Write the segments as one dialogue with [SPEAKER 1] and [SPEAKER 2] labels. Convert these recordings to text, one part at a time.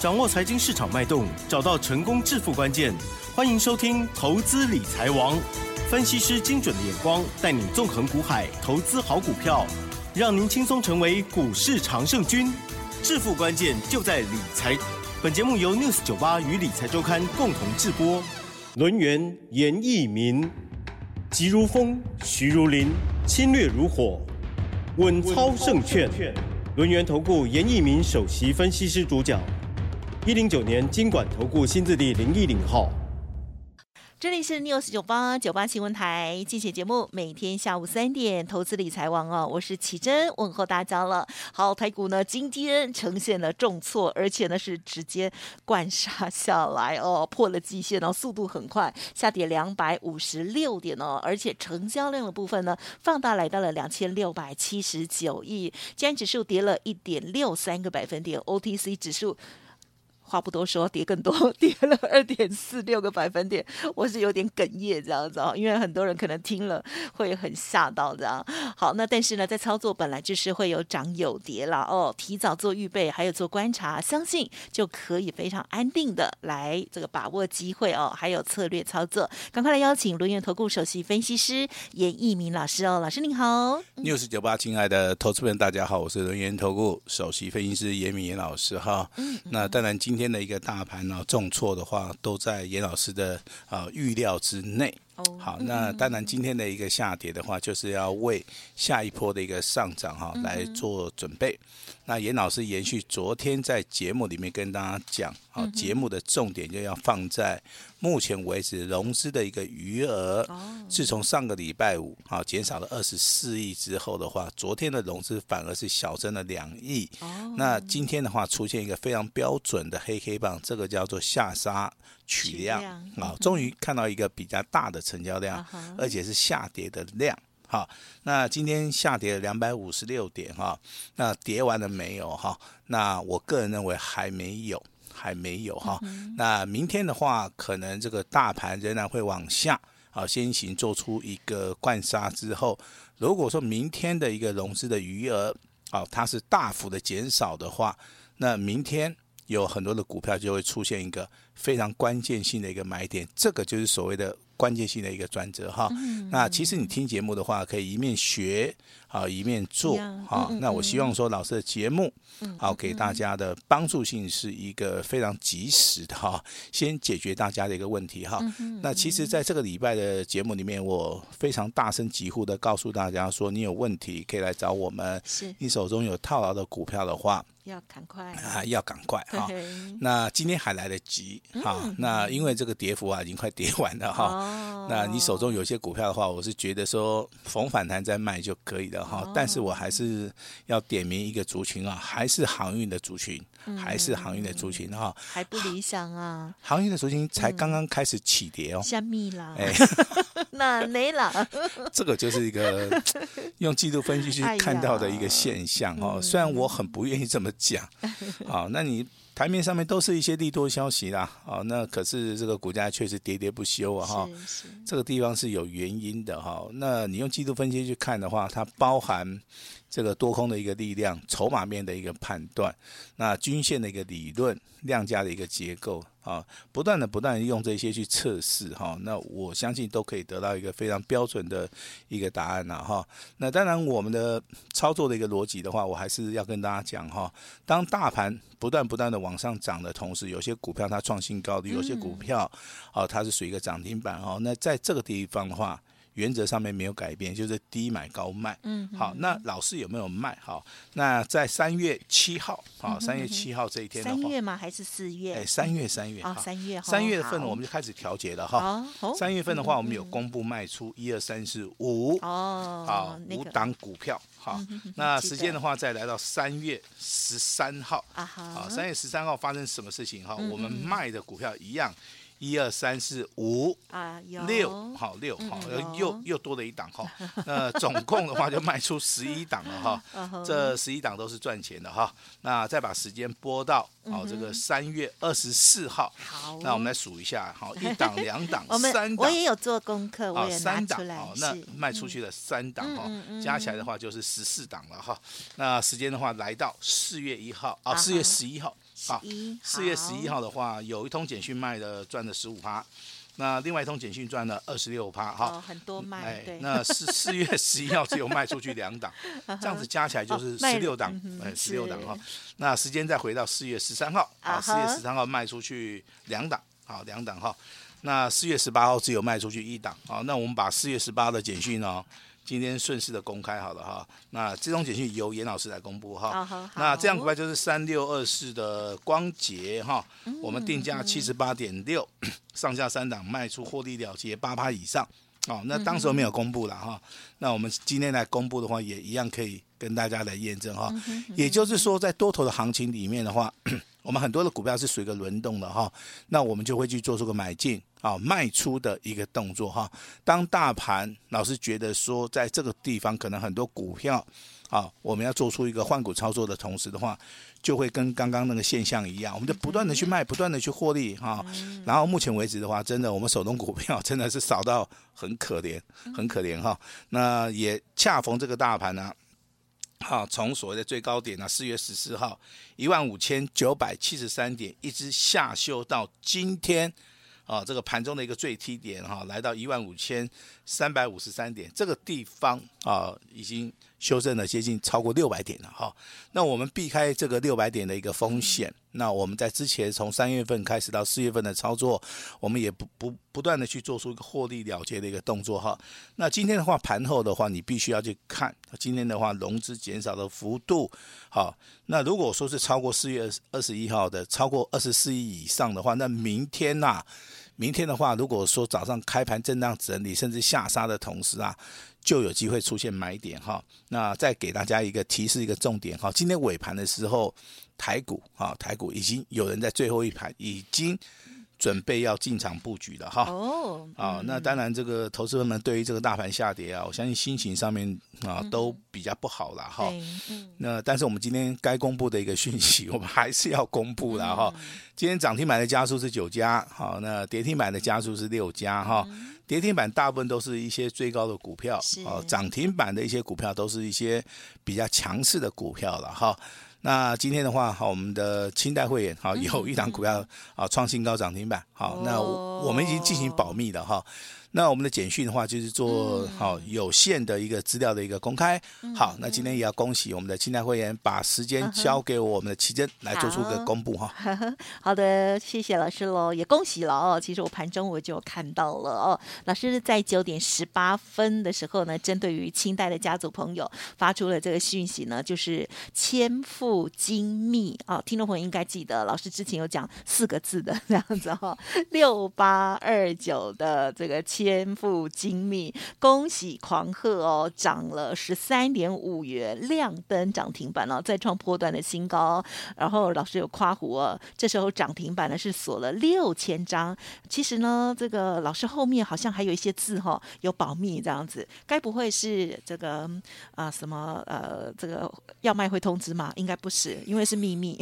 [SPEAKER 1] 掌握财经市场脉动，找到成功致富关键。欢迎收听《投资理财王》，分析师精准的眼光，带你纵横股海，投资好股票，让您轻松成为股市常胜军。致富关键就在理财。本节目由 News98 与理财周刊共同制播。轮源严义民，急如风，徐如林，侵略如火，稳操胜券。轮源投顾严义民首席分析师主讲。109年金管投顾新字第010号。
[SPEAKER 2] 这里是 News98 新闻台，进行节目，每天下午3点，投资理财王哦，我是启真，问候大家了。好，台股呢今天呈现了重挫，而且呢是直接灌杀下来哦，破了季线哦，速度很快，下跌256点哦，而且成交量的部分呢放大来到了2679亿，今天指数跌了1.63个百分点 ，OTC 指数。话不多说，跌更多，跌了2.46个百分点，我是有点哽咽这样子哦，因为很多人可能听了会很吓到这样。好，那但是呢，在操作本来就是会有涨有跌啦哦，提早做预备，还有做观察，相信就可以非常安定的来这个把握机会哦，还有策略操作。赶快来邀请轮源投顾首席分析师严义民老师哦，老师您好。
[SPEAKER 3] News98，亲爱的投资朋友大家好，我是轮源投顾首席分析师严敏严老师哈。那当然今天的一个大盘重挫的话，都在严老师的预料之内。好，那当然今天的一个下跌的话，就是要为下一波的一个上涨来做准备。那严老师延续昨天在节目里面跟大家讲，节目的重点就要放在目前为止融资的一个余额，自从上个礼拜五减少了24亿之后的话，昨天的融资反而是小增了2亿。那今天的话出现一个非常标准的黑 K 棒，这个叫做下杀取量终于看到一个比较大的成交量，而且是下跌的量。好，那今天下跌了256点那跌完了没有那我个人认为还没有那明天的话，可能这个大盘仍然会往下先行做出一个灌杀之后，如果说明天的一个融资的余额它是大幅的减少的话，那明天有很多的股票就会出现一个非常关键性的一个买点，这个就是所谓的关键性的一个转折那其实你听节目的话，可以一面学一面做那我希望说老师的节目给大家的帮助性是一个非常及时的先解决大家的一个问题那其实在这个礼拜的节目里面，我非常大声疾呼的告诉大家说，你有问题可以来找我们，你手中有套牢的股票的话
[SPEAKER 2] 要赶快
[SPEAKER 3] 要赶快那今天还来得及那因为这个跌幅已经快跌完了那你手中有些股票的话，我是觉得说逢反弹再卖就可以了但是我还是要点名一个族群还是航运的族群，还
[SPEAKER 2] 不理想啊，
[SPEAKER 3] 航运的族群才刚刚开始起跌
[SPEAKER 2] 虾米啦那没啦
[SPEAKER 3] 这个就是一个用技术分析去看到的一个现象虽然我很不愿意这么讲那你台面上面都是一些利多消息啦那可是这个股价确实喋喋不休这个地方是有原因的那你用技术分析去看的话，它包含这个多空的一个力量，筹码面的一个判断，那均线的一个理论，量价的一个结构不断的用这些去测试那我相信都可以得到一个非常标准的一个答案那当然我们的操作的一个逻辑的话，我还是要跟大家讲当大盘不断的往上涨的同时，有些股票它创新高的，有些股票它是属于一个涨停板那在这个地方的话，原则上面没有改变，就是低买高卖好，那老师有没有卖那在3月7号3月7号这一天的话
[SPEAKER 2] ，3月吗？还是4月
[SPEAKER 3] ？3月3月份我们就开始调节了3月份的话，我们有公布卖出1、2、3、4、5 5档股票那时间的话再来到3月13号3月13号发生什么事情我们卖的股票一样1、2、3、4、5、6又多了一档那总共的话就卖出11档了这11档都是赚钱的那再把时间拨到这个3月24号，那我们来数一下1档、2档、3档，
[SPEAKER 2] 我也有做功课，我也拿出来
[SPEAKER 3] 那卖出去了3档加起来的话就是14档了那时间的话来到4月1号4月11号好，4月11号的话，有一通简讯卖的赚了15%。那另外一通简讯赚了26%，哈，
[SPEAKER 2] 很多卖，对。
[SPEAKER 3] 那4月11号只有卖出去2档，这样子加起来就是16档，16档哈。那时间再回到4月13号，啊，4月13号卖出去2档，好，2档哈。那4月18号只有卖出去1档，好，那我们把4月18的简讯哦，今天顺势的公开好了哈。那这种简讯由严老师来公布哈。那这样股票就是3624的光捷哈，我们定价78.6，上下3档卖出获利了结8%以上。哦，那当时没有公布了哈。那我们今天来公布的话，也一样可以跟大家来验证哈。也就是说，在多头的行情里面的话，我们很多的股票是随个轮动的哈。那我们就会去做出个买进啊、卖出的一个动作哈。当大盘老是觉得说，在这个地方可能很多股票啊，我们要做出一个换股操作的同时的话，就会跟刚刚那个现象一样，我们就不断的去卖，不断的去获利哈。然后目前为止的话，真的我们手中股票真的是少到很可怜，很可怜哈。那也恰逢这个大盘呢、好，从所谓的最高点呢，4月14号15973点，一直下修到今天啊，这个盘中的一个最低点哈，来到15353点，这个地方啊，已经修正了接近超过600点了哈。那我们避开这个600点的一个风险，那我们在之前从3月份开始到4月份的操作，我们也不断的去做出一个获利了结的一个动作哈。那今天的话，盘后的话，你必须要去看今天的话，融资减少的幅度好。那如果说是超过4月21号的超过24亿以上的话，那明天的话，如果说早上开盘震荡整理，甚至下杀的同时啊，就有机会出现买点哈。那再给大家一个提示，一个重点哈。今天尾盘的时候，台股已经有人在最后一盘已经准备要进场布局了哈。那当然这个投资人们对于这个大盘下跌啊，我相信心情上面都比较不好了哈。那但是我们今天该公布的一个讯息，我们还是要公布了哈。今天涨停板的家数是9家，好，那跌停板的家数是6家哈。跌停板大部分都是一些最高的股票，涨停板的一些股票都是一些比较强势的股票了哈。那今天的话，我们的清代会员有一档股票创新高涨停板，好，那我们已经进行保密了哈。那我们的简讯的话，就是做有限的一个资料的一个公开。好，那今天也要恭喜我们的清代会员，把时间交给我们的奇珍来做出一个公布哈。
[SPEAKER 2] 好的，谢谢老师喽，也恭喜了哦。其实我盘中我就看到了哦，老师在9点18分的时候呢，针对于清代的家族朋友发出了这个讯息呢，就是千富精密哦，听众朋友应该记得，老师之前有讲4个字的这样子哈，6829的这个千富精密，恭喜狂贺哦，涨了13.5元，亮灯涨停板哦，再创波段的新高。然后老师有夸胡哦，这时候涨停板呢是锁了6000张。其实呢，这个老师后面好像还有一些字哈、有保密这样子，该不会是这个什么这个要卖会通知吗？应该不是，因为是秘密。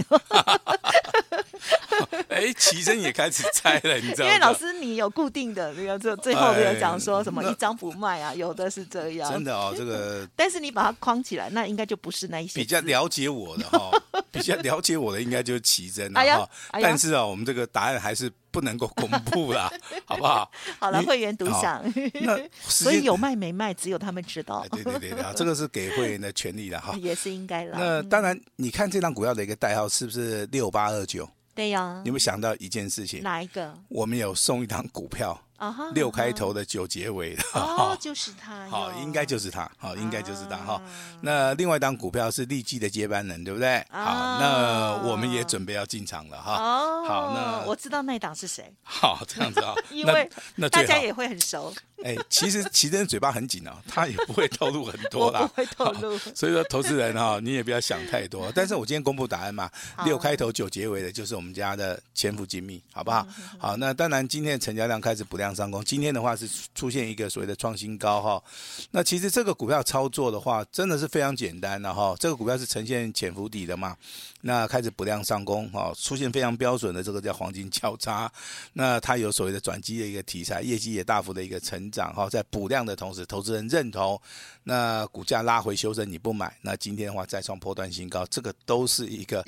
[SPEAKER 3] 奇珍也开始猜了，你知道吗？
[SPEAKER 2] 因为老师你有固定的那个最后有讲说什么一张不卖啊，有的是这样。
[SPEAKER 3] 真的哦，这个。
[SPEAKER 2] 但是你把它框起来，那应该就不是那一些。
[SPEAKER 3] 比较了解我的哈，比较了解我的应该就是奇珍了哈。但是我们这个答案还是不能够公布啦，好不好？
[SPEAKER 2] 好了，会员独享。所以有卖没卖，只有他们知道。
[SPEAKER 3] 对，这个是给会员的权利了哈。
[SPEAKER 2] 也是应该啦。
[SPEAKER 3] 那当然，你看这张股票的一个代号是不是6829？
[SPEAKER 2] 对呀。
[SPEAKER 3] 你有没有想到一件事情？
[SPEAKER 2] 哪一个？
[SPEAKER 3] 我们有送一档股票。6开头的9结尾的
[SPEAKER 2] 就是他，
[SPEAKER 3] 好，应该就是他，好，应该就是他哈。那另外一档股票是立基的接班人，对不对？好，那我们也准备要进场了哈。好，那
[SPEAKER 2] 我知道那一档是谁。
[SPEAKER 3] 好，这样子啊，
[SPEAKER 2] 因为大家也会很熟。
[SPEAKER 3] 其实奇珍嘴巴很紧哦，他也不会透露很多啦，
[SPEAKER 2] 我不会透露。
[SPEAKER 3] 所以说，投资人你也不要想太多。但是我今天公布答案嘛，6开头9结尾的就是我们家的千富精密，好不好？好，那当然今天的成交量开始不量上攻，今天的话是出现一个所谓的创新高哈。那其实这个股票操作的话，真的是非常简单的哈。这个股票是呈现潜伏底的嘛，那开始不量上攻哈，出现非常标准的这个叫黄金交叉。那它有所谓的转机的一个题材，业绩也大幅的一个成长哈，在补量的同时，投资人认同，那股价拉回修正你不买，那今天的话再创波段新高，这个都是一个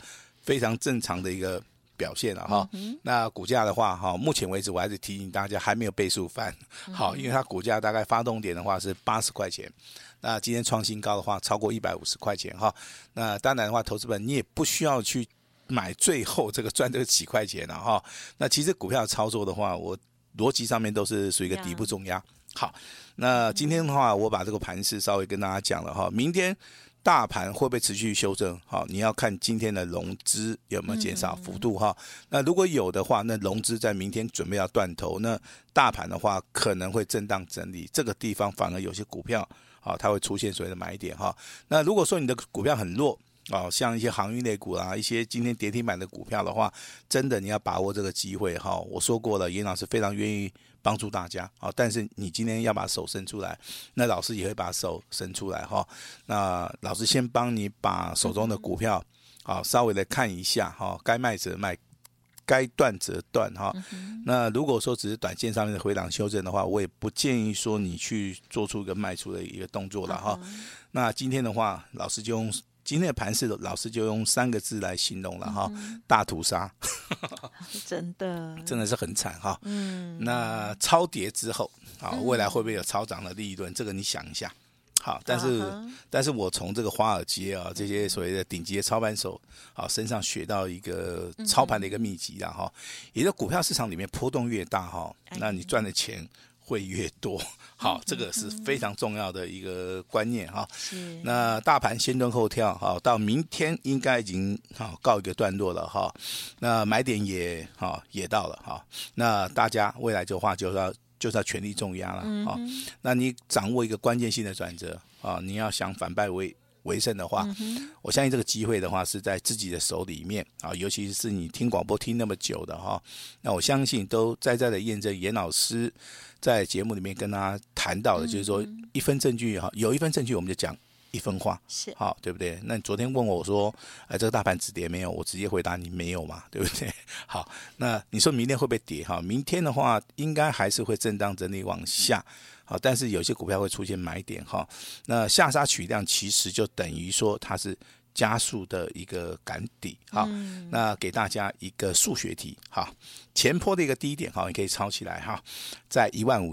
[SPEAKER 3] 非常正常的一个表现了哈。那股价的话哈，目前为止我还是提醒大家还没有倍数翻，好，因为它股价大概发动点的话是80块钱，那今天创新高的话超过150块钱哈。那当然的话，投资本你也不需要去买最后这个赚这个几块钱了哈。那其实股票操作的话，我逻辑上面都是属于一个底部重压。好，那今天的话，我把这个盘势稍微跟大家讲了哈。明天大盘会不会持续修正？好，你要看今天的融资有没有减少幅度哈。那如果有的话，那融资在明天准备要断头，那大盘的话可能会震荡整理，这个地方反而有些股票好，它会出现所谓的买点哈。那如果说你的股票很弱，像一些航运类股一些今天跌停板的股票的话，真的你要把握这个机会哈。我说过了，严老师非常愿意帮助大家，但是你今天要把手伸出来，那老师也会把手伸出来哈。那老师先帮你把手中的股票稍微的看一下哈，该卖则卖，该断则断哈。那如果说只是短线上面的回档修正的话，我也不建议说你去做出一个卖出的一个动作了哈。那今天的话，老师就用今天的盘势，老师就用3个字来形容了哈，大屠杀，
[SPEAKER 2] 真的
[SPEAKER 3] 是很惨哈。那超跌之后，未来会不会有超涨的利润？这个你想一下。好，但是我从这个华尔街这些所谓的顶级的操盘手身上学到一个操盘的一个秘籍啦哈，也就是股票市场里面波动越大哈，那你赚的钱会越多。好，这个是非常重要的一个观念哈。那大盘先蹲後跳，好，到明天应该已经告一个段落了哈。那买点也到了哈。那大家未来的话就是要全力重压了那你掌握一个关键性的转折你要想反败为胜的话，我相信这个机会的话是在自己的手里面尤其是你听广播听那么久的那我相信都在的验证严老师在节目里面跟大家谈到的，就是说一分证据有一分证据我们就讲一分话，
[SPEAKER 2] 是
[SPEAKER 3] 好，对不对？那你昨天问我说，这个大盘止跌没有？我直接回答你没有嘛，对不对？好，那你说明天会不会跌？明天的话应该还是会震荡整理往下。好，但是有些股票会出现买点那下杀取量其实就等于说它是加速的一个赶底那给大家一个数学题前波的一个低点你可以抄起来在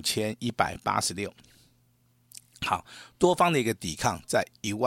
[SPEAKER 3] 15186。好，多方的一个抵抗在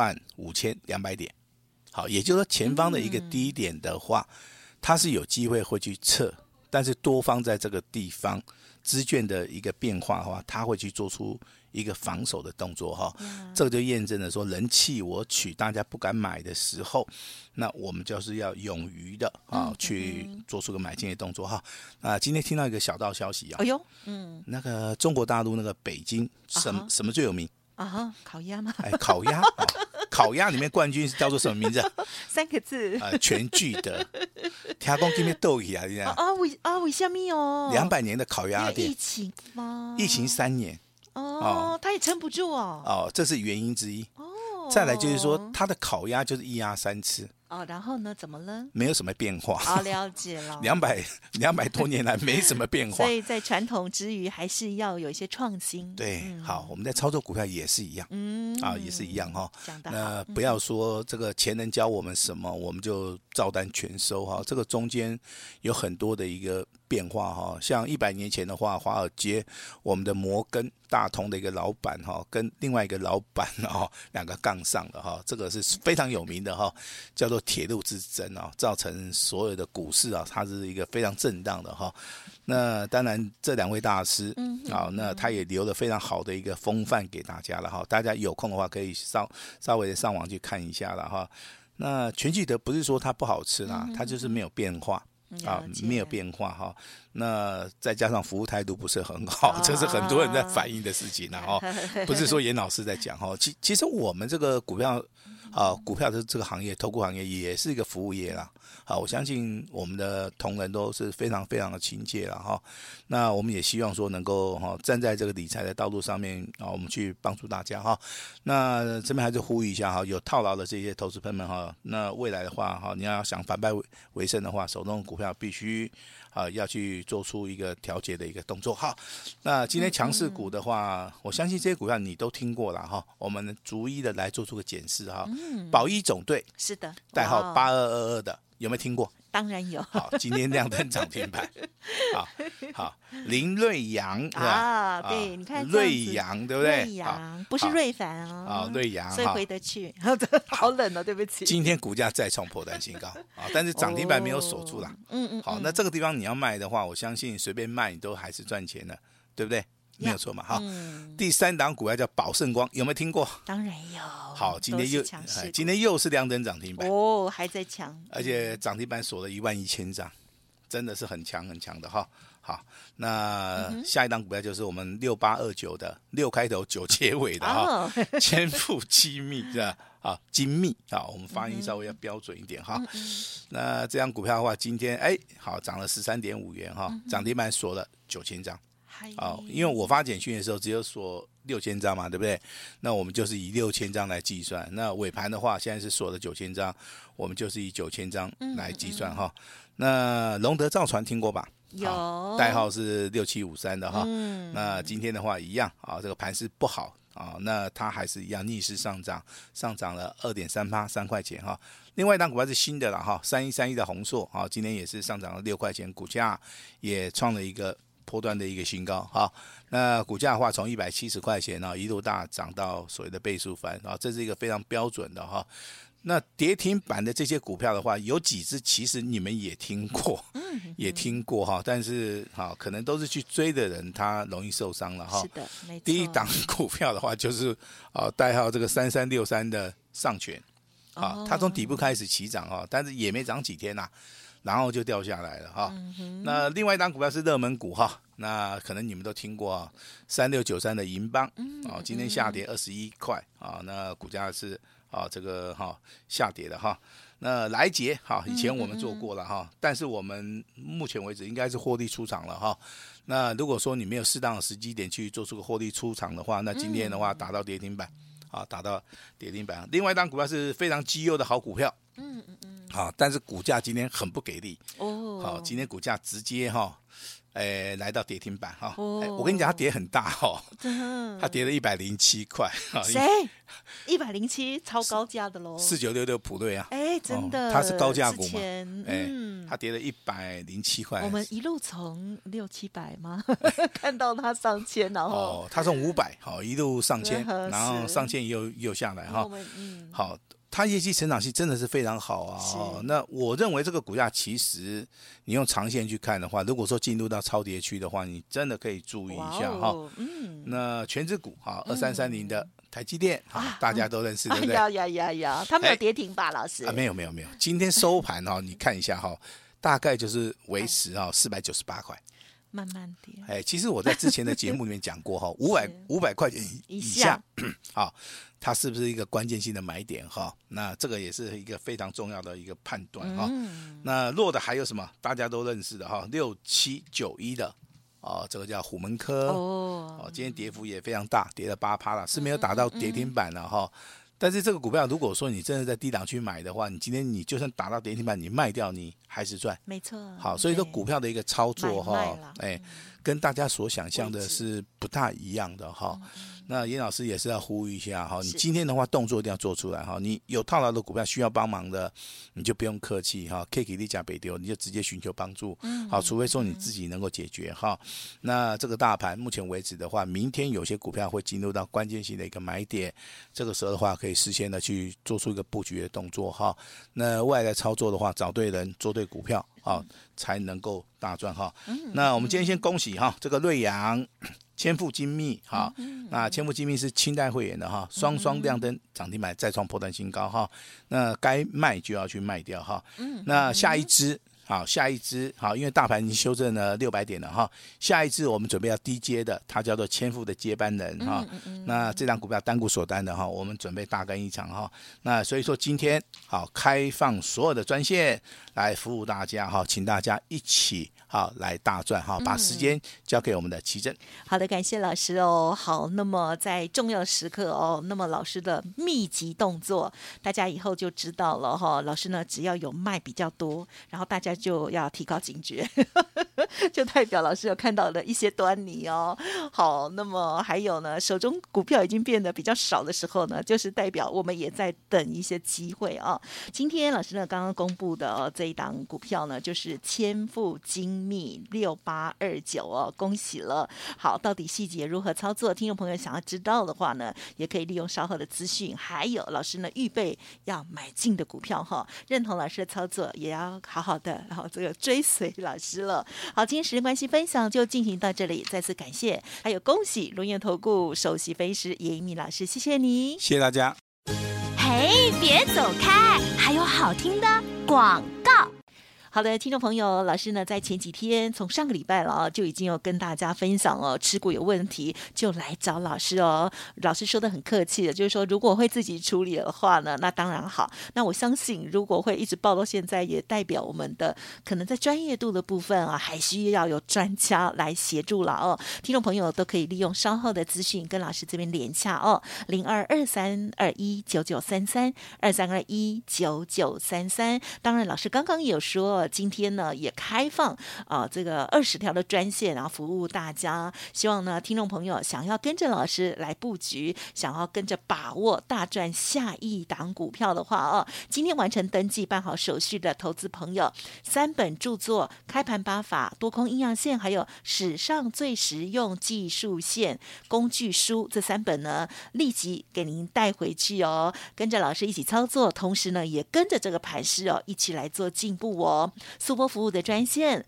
[SPEAKER 3] 15200点。好，也就是说前方的一个低点的话，它是有机会会去测，但是多方在这个地方资券的一个变化的话，它会去做出一个防守的动作这个就验证了说人气我取，大家不敢买的时候，那我们就是要勇于的去做出个买进的动作今天听到一个小道消息那个中国大陆那个北京什么最有名
[SPEAKER 2] 烤鸭吗？
[SPEAKER 3] 烤鸭烤鸭里面冠军是叫做什么名字
[SPEAKER 2] ？3个字
[SPEAKER 3] 全聚德。听说今天斗起啊
[SPEAKER 2] 为什么
[SPEAKER 3] 200年的烤鸭店，
[SPEAKER 2] 疫情吗？
[SPEAKER 3] 疫情3年
[SPEAKER 2] 他也撑不住
[SPEAKER 3] 这是原因之一再来就是说它的烤鸭就是1鸭3吃
[SPEAKER 2] 然后呢？怎么了？
[SPEAKER 3] 没有什么变化
[SPEAKER 2] 了解了。
[SPEAKER 3] 200多年来没什么变化，
[SPEAKER 2] 所以在传统之余还是要有一些创新。
[SPEAKER 3] 对，好，我们在操作股票也是一样，也是一样那不要说这个前人教我们什么，我们就照单全收这个中间有很多的一个变化像100年前的话，华尔街我们的摩根大通的一个老板跟另外一个老板2个杠上了这个是非常有名的叫做铁路之争造成所有的股市它是一个非常震荡的那当然这2位大师那他也留了非常好的一个风范给大家了大家有空的话可以稍微的上网去看一下了那全聚德不是说它不好吃啦它就是没有变化没有变化那再加上服务态度不是很好这是很多人在反映的事情不是说严老师在讲其实我们这个股票的这个行业，投顾行业也是一个服务业啦。我相信我们的同仁都是非常非常的亲切啦那我们也希望说能够站在这个理财的道路上面我们去帮助大家那这边还是呼吁一下有套牢的这些投资朋友们那未来的话你要想反败为胜的话，手中的股票必须要去做出一个调节的一个动作那今天强势股的话我相信这些股票你都听过了我们逐一的来做出个检视宝一总队
[SPEAKER 2] 是的，
[SPEAKER 3] 代号8222的，有没有听过？
[SPEAKER 2] 当然有。
[SPEAKER 3] 好，今天亮灯涨停板。好，林瑞阳
[SPEAKER 2] 啊，对，你看
[SPEAKER 3] 瑞阳对不对？
[SPEAKER 2] 瑞阳不是瑞凡啊，
[SPEAKER 3] 瑞阳，
[SPEAKER 2] 所以回得去。好冷哦，对不起。
[SPEAKER 3] 今天股价再创波段新高啊，但是涨停板没有守住啦。好，那这个地方你要卖的话，我相信随便卖你都还是赚钱的，对不对？没有错嘛，好。第3档股票叫宝盛光，有没有听过？
[SPEAKER 2] 当然有。
[SPEAKER 3] 好，今天又是亮灯涨停板
[SPEAKER 2] 哦，还在强，
[SPEAKER 3] 而且涨停板锁了11000张，真的是很强很强的哈。好，那下一档股票就是我们6829的6开头9结尾的哈，千富精密的啊，精密啊，我们发音稍微要标准一点哈。那这张股票的话，今天好涨了13.5元哈，涨停板锁了9000张。因为我发简讯的时候只有锁6000张嘛，对不对？那我们就是以6000张来计算。那尾盘的话，现在是锁了9000张，我们就是以9000张来计算哈。那龙德造船听过吧？
[SPEAKER 2] 有，
[SPEAKER 3] 代号是6753的哈。那今天的话一样啊，这个盘势不好啊，那它还是一样逆势上涨，上涨了2.3%， 3块钱哈。另外一档股票是新的了哈，3131的宏硕啊，今天也是上涨了6块钱，股价也创了一个波段的一个新高哈。那股价的话，从170块钱一路大涨到所谓的倍数翻啊，这是一个非常标准的哈。那跌停板的这些股票的话，有几只其实你们也听过，也听过哈，但是可能都是去追的人，他容易受伤了哈。
[SPEAKER 2] 是的，没错。
[SPEAKER 3] 第一档股票的话，就是代号这个3363的上权它从底部开始起涨但是也没涨几天然后就掉下来了哈。那另外一档股票是热门股哈，那可能你们都听过3693的银邦今天下跌21块那股价是这个下跌的哈。那来捷以前我们做过了哈，但是我们目前为止应该是获利出场了哈。那如果说你没有适当的时机点去做出个获利出场的话，那今天的话打到跌停板打到跌停板。另外一档股票是非常绩优的好股票，但是股价今天很不给力今天股价直接来到跌停板我跟你讲，它跌很大它跌了107块
[SPEAKER 2] 谁？107超高价的喽
[SPEAKER 3] ，4966普瑞
[SPEAKER 2] 真的，
[SPEAKER 3] 它是高价股嘛，它跌了107块。
[SPEAKER 2] 我们一路从600-700吗？看到它上千，然后
[SPEAKER 3] 它从500一路上千，然后上千又下来好。它业绩成长性真的是非常好那我认为这个股价其实你用长线去看的话，如果说进入到超跌区的话，你真的可以注意一下那全指股2330的台积电大家都认识对不对？
[SPEAKER 2] 它没有跌停吧，老师？
[SPEAKER 3] 没有，今天收盘你看一下大概就是维持498块。
[SPEAKER 2] 慢慢跌。
[SPEAKER 3] 其实我在之前的节目里面讲过500块钱以下它是不是一个关键性的买点那这个也是一个非常重要的一个判断那弱的还有什么大家都认识的6791的这个叫虎门科今天跌幅也非常大，跌了8%了，是没有打到跌停板了但是这个股票如果说你真的在低档区买的话，你今天你就算打到跌停板，你卖掉你还是赚，
[SPEAKER 2] 没错。
[SPEAKER 3] 好，所以说股票的一个操作跟大家所想象的是不大一样的那严老师也是要呼吁一下你今天的话动作一定要做出来你有套牢的股票需要帮忙的，你就不用客气K 给力加北丢，你就直接寻求帮助除非说你自己能够解决那这个大盘目前为止的话，明天有些股票会进入到关键性的一个买点，这个时候的话可以事先的去做出一个布局的动作那未来的操作的话，找对人做对股票才能够大赚那我们今天先恭喜这个瑞阳千富精密那千富精密是清代会员的双双亮灯涨停板，再创波段新高那该卖就要去卖掉那下一支因为大盘已经修正了600点了下一支我们准备要低接的，它叫做千富的接班人那这档股票单股锁单的我们准备大干一场那所以说今天开放所有的专线来服务大家请大家一起来大赚把时间交给我们的奇珍。
[SPEAKER 2] 好的，感谢老师好，那么在重要时刻那么老师的秘籍动作大家以后就知道了老师呢只要有卖比较多，然后大家就要提高警觉就代表老师有看到的一些端倪哦。好，那么还有呢，手中股票已经变得比较少的时候呢，就是代表我们也在等一些机会啊。今天老师呢刚刚公布的这一档股票呢，就是千富精密6829哦，恭喜了。好，到底细节如何操作？听众朋友想要知道的话呢，也可以利用稍后的资讯，还有老师呢预备要买进的股票哈，认同老师的操作，也要好好的然后这个追随老师了。好，今天时间关系，分享就进行到这里，再次感谢，还有恭喜龙岩投顾首席分析师严一鸣老师，谢谢你，
[SPEAKER 3] 谢谢大家。
[SPEAKER 4] 嘿，别走开，还有好听的广告。
[SPEAKER 2] 好的，听众朋友，老师呢在前几天，从上个礼拜了就已经有跟大家分享哦，持股有问题就来找老师哦。老师说的很客气的，就是说如果会自己处理的话呢，那当然好。那我相信，如果会一直报到现在，也代表我们的可能在专业度的部分啊，还需要有专家来协助了哦。听众朋友都可以利用稍后的资讯跟老师这边连洽哦，0223219933，23219933。当然，老师刚刚也有说。今天呢也开放这个20条的专线，然后服务大家。希望呢听众朋友想要跟着老师来布局，想要跟着把握大赚下一档股票的话今天完成登记办好手续的投资朋友，3本著作《开盘8法》、多空阴阳线，还有史上最实用技术线工具书，这3本呢立即给您带回去哦，跟着老师一起操作，同时呢也跟着这个盘势一起来做进步哦。速播服务的专线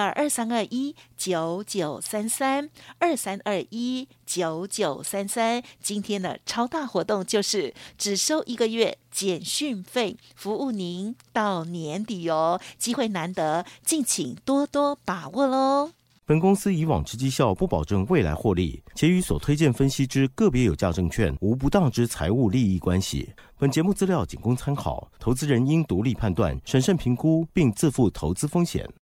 [SPEAKER 2] 0223219933，23219933。今天的超大活动就是只收1个月简讯费，服务您到年底哦，机会难得，敬请多多把握咯。
[SPEAKER 1] 本公司以往之绩效不保证未来获利，且与所推荐分析之个别有价证券无不当之财务利益关系。本节目资料仅供参考，投资人应独立判断、审慎评估，并自负投资风险。